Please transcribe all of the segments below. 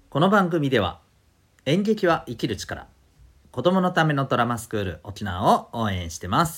この番組では演劇は生きる力、子供のためのドラマスクール沖縄を応援してます。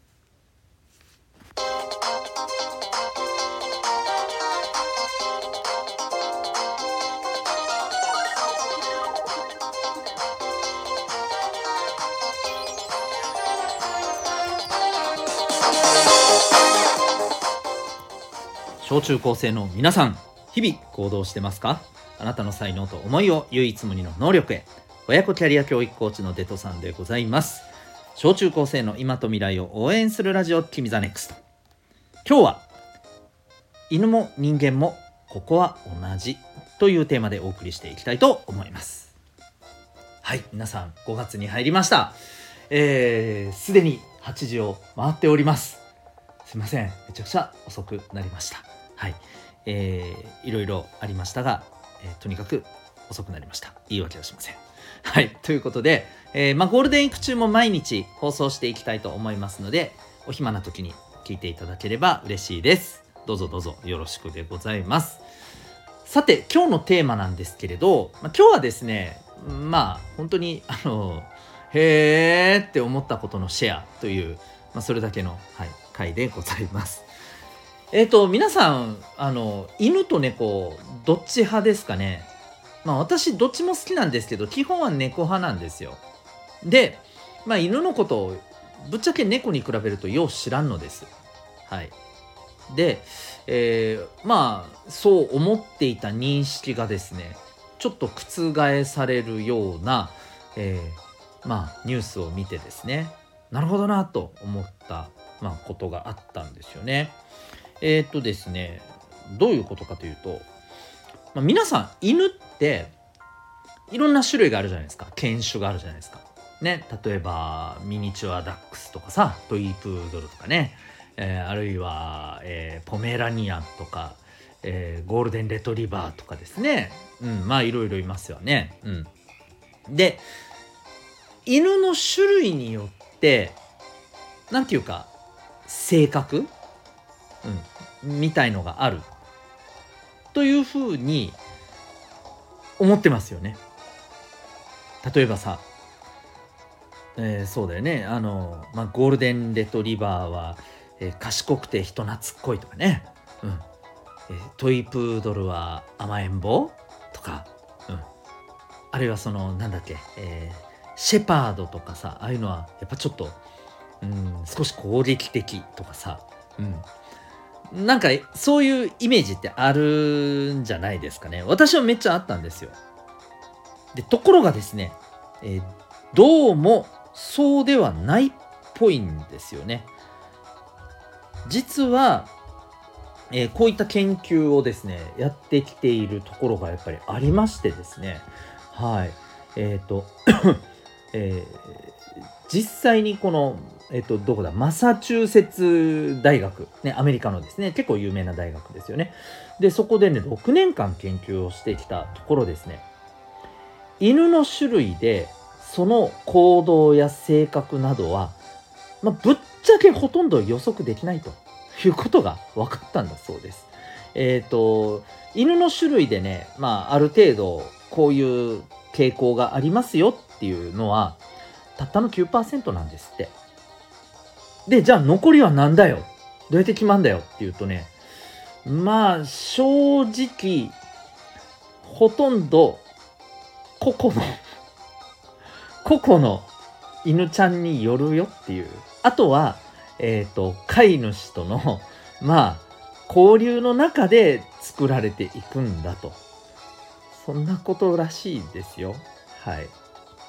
小中高生の皆さん、日々行動してますか？あなたの才能と思いを唯一無二の能力へ。親子キャリア教育コーチのデトさんでございます。小中高生の今と未来を応援するラジオ君ザネクスト。今日は犬も人間もここは同じというテーマでお送りしていきたいと思います。はい、皆さん5月に入りました。すでに8時を回っております。すいません、めちゃくちゃ遅くなりました。はい、いろいろありましたが、とにかく遅くなりました。言い訳はしません。はい、ということで、ゴールデンウィーク中も毎日放送していきたいと思いますので、お暇な時に聞いていただければ嬉しいです。どうぞどうぞよろしくでございます。さて、今日のテーマなんですけれど、今日はですね、本当にへーって思ったことのシェアという、それだけの、回でございます。皆さん犬と猫どっち派ですかね？私どっちも好きなんですけど、基本は猫派なんですよ。で、犬のことをぶっちゃけ猫に比べるとよう知らんのです。はい。で、そう思っていた認識がですね、ちょっと覆されるような、ニュースを見てですね、なるほどなと思った、ことがあったんですよね。ですね、どういうことかというと、皆さん犬っていろんな種類があるじゃないですか。犬種があるじゃないですか。ね、例えばミニチュアダックスとかさ、トイプードルとかね、あるいは、ポメラニアンとか、ゴールデンレトリバーとかですね。いろいろいますよね。で、犬の種類によってなんていうか性格、みたいのがあるというふうに思ってますよね。例えばさ、そうだよね。ゴールデンレトリバーは、賢くて人懐っこいとかね。トイプードルは甘えん坊とか、あるいはそのなんだっけ、シェパードとかさ、ああいうのはやっぱちょっと、少し攻撃的とかさ、なんかそういうイメージってあるんじゃないですかね。私はめっちゃあったんですよ。で、ところがですね、どうもそうではないっぽいんですよね。実は、こういった研究をですねやってきているところがやっぱりありましてですね、はい、実際にこの、どこだ、マサチューセッツ大学、ね、アメリカのですね、結構有名な大学ですよね。で、そこでね、6年間研究をしてきたところですね、犬の種類でその行動や性格などは、ぶっちゃけほとんど予測できないということが分かったんだそうです。犬の種類でね、ある程度こういう傾向がありますよっていうのはたったの 9% なんですって。で、じゃあ残りはなんだよ、どうやって決まんだよっていうとね、正直ほとんど個々の犬ちゃんによるよっていう。あとは飼い主との交流の中で作られていくんだと、そんなことらしいですよ。はい。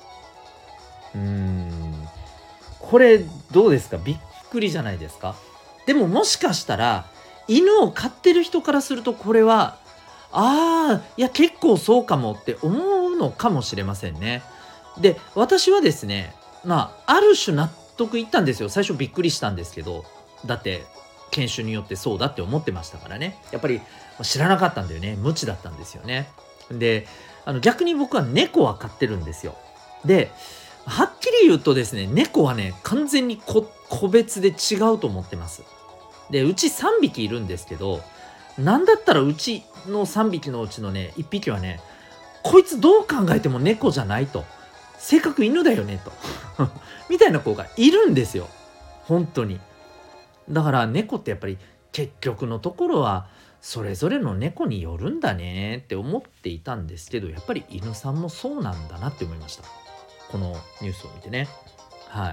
これどうですか？びっくりじゃないですか？でももしかしたら犬を飼ってる人からするとこれはいや結構そうかもって思うのかもしれませんね。で、私はですね、ある種納得いったんですよ。最初びっくりしたんですけど、だって研修によってそうだって思ってましたからね。やっぱり知らなかったんだよね。無知だったんですよね。で、逆に僕は猫は飼ってるんですよ。で、はっきり言うとですね、猫はね、完全に個別で違うと思ってます。で、うち3匹いるんですけど、なんだったらうちの3匹のうちのね、1匹はね、 こいつどう考えても猫じゃないと、性格犬だよねとみたいな子がいるんですよ、本当に。だから猫ってやっぱり結局のところはそれぞれの猫によるんだねって思っていたんですけど、やっぱり犬さんもそうなんだなって思いました、このニュースを見てね。はい。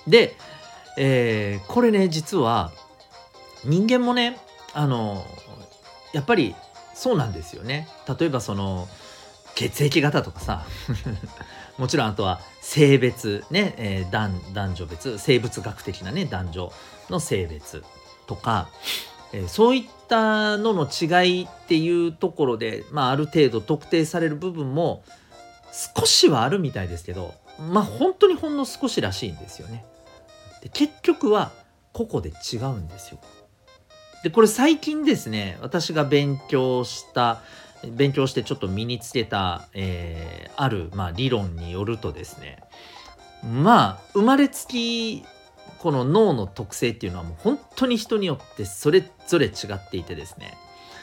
で、これね、実は人間もね、やっぱりそうなんですよね。例えばその血液型とかさもちろんあとは性別ね、男女別、生物学的なね男女の性別とか、そういったのの違いっていうところで、ある程度特定される部分も少しはあるみたいですけど、本当にほんの少しらしいんですよね。で結局は個々で違うんですよ。でこれ最近ですね、私が勉強してちょっと身につけた、ある、理論によるとですね、生まれつきこの脳の特性っていうのはもう本当に人によってそれぞれ違っていてですね、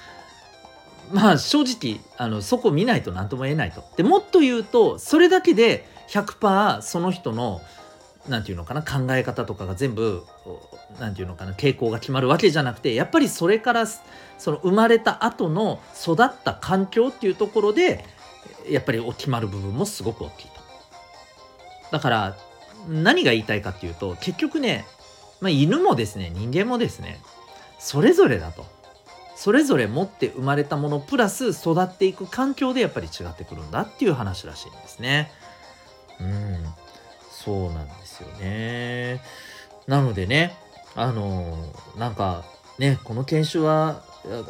正直そこ見ないと何とも言えないと。でもっと言うと、それだけで 100% その人のなんていうのかな、考え方とかが全部なんていうのかな、傾向が決まるわけじゃなくて、やっぱりそれからその生まれた後の育った環境っていうところでやっぱり決まる部分もすごく大きいと。だから何が言いたいかっていうと、結局ね、犬もですね人間もですね、それぞれだと。それぞれ持って生まれたものプラス育っていく環境でやっぱり違ってくるんだっていう話らしいんですね。そうなんですよね。なのでね、なんかね、この犬種は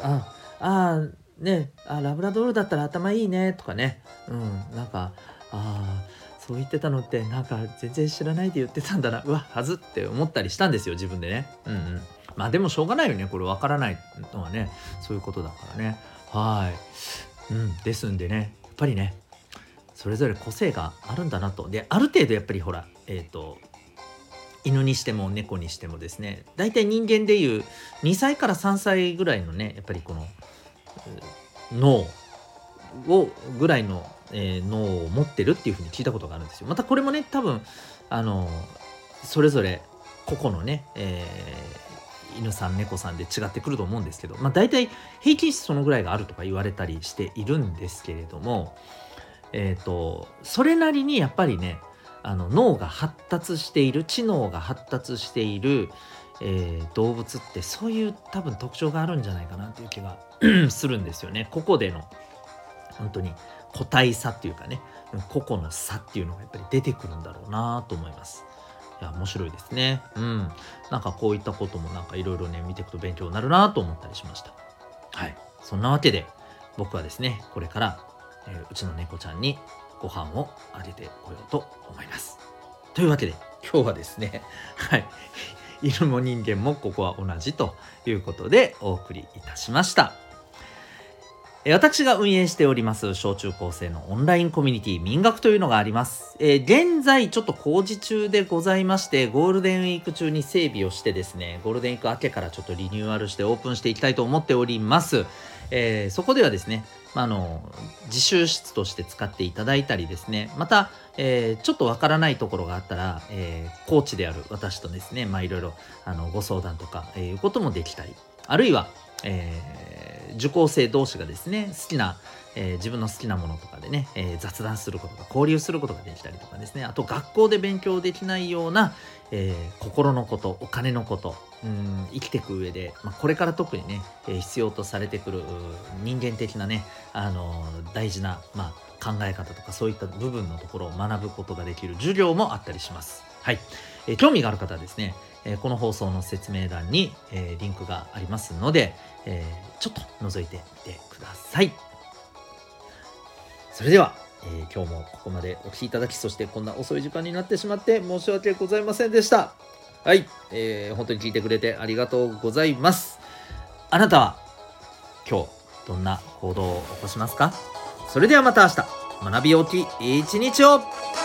ラブラドールだったら頭いいねとかね、なんかそう言ってたのってなんか全然知らないで言ってたんだな、うわはずって思ったりしたんですよ、自分でね。でもしょうがないよね、これ分からないのはね、そういうことだからね。ですんでね、やっぱりね、それぞれ個性があるんだなと。である程度やっぱりほら犬にしても猫にしてもですね、だいたい人間でいう2歳から3歳ぐらいのね、やっぱりこの脳ぐらいの、脳を持ってるっていうふうに聞いたことがあるんですよ。またこれもね、多分それぞれ個々のね、犬さん猫さんで違ってくると思うんですけど、だいたい平均値そのぐらいがあるとか言われたりしているんですけれども、それなりにやっぱりね、脳が発達している、知能が発達している、動物ってそういう多分特徴があるんじゃないかなっていう気がするんですよね。ここでの本当に個体差っていうかね、個々の差っていうのがやっぱり出てくるんだろうなと思います。いや面白いですね。なんかこういったこともなんかいろいろね見ていくと勉強になるなと思ったりしました。はい、そんなわけで僕はですね、これから、うちの猫ちゃんにご飯をあげてこようと思います。というわけで今日はですね犬も人間もここは同じということでお送りいたしました。私が運営しております小中高生のオンラインコミュニティ民学というのがあります。現在ちょっと工事中でございまして、ゴールデンウィーク中に整備をしてですね、ゴールデンウィーク明けからちょっとリニューアルしてオープンしていきたいと思っております。そこではですね、自習室として使っていただいたりですね、また、ちょっとわからないところがあったら、コーチである私とですね、いろいろご相談とか、いうこともできたり、あるいは、受講生同士がですね、好きな、自分の好きなものとかでね、雑談することが、交流することができたりとかですね、あと学校で勉強できないような、心のこと、お金のこと、生きていく上で、これから特にね、必要とされてくる人間的なね、大事な、考え方とかそういった部分のところを学ぶことができる授業もあったりします。はい、興味がある方はですね、この放送の説明欄に、リンクがありますので、ちょっと覗いてみてください。それでは、今日もここまでお聞きいただき、そしてこんな遅い時間になってしまって申し訳ございませんでした。はい、本当に聞いてくれてありがとうございます。あなたは今日どんな行動を起こしますか？それではまた明日、学び大きい一日を。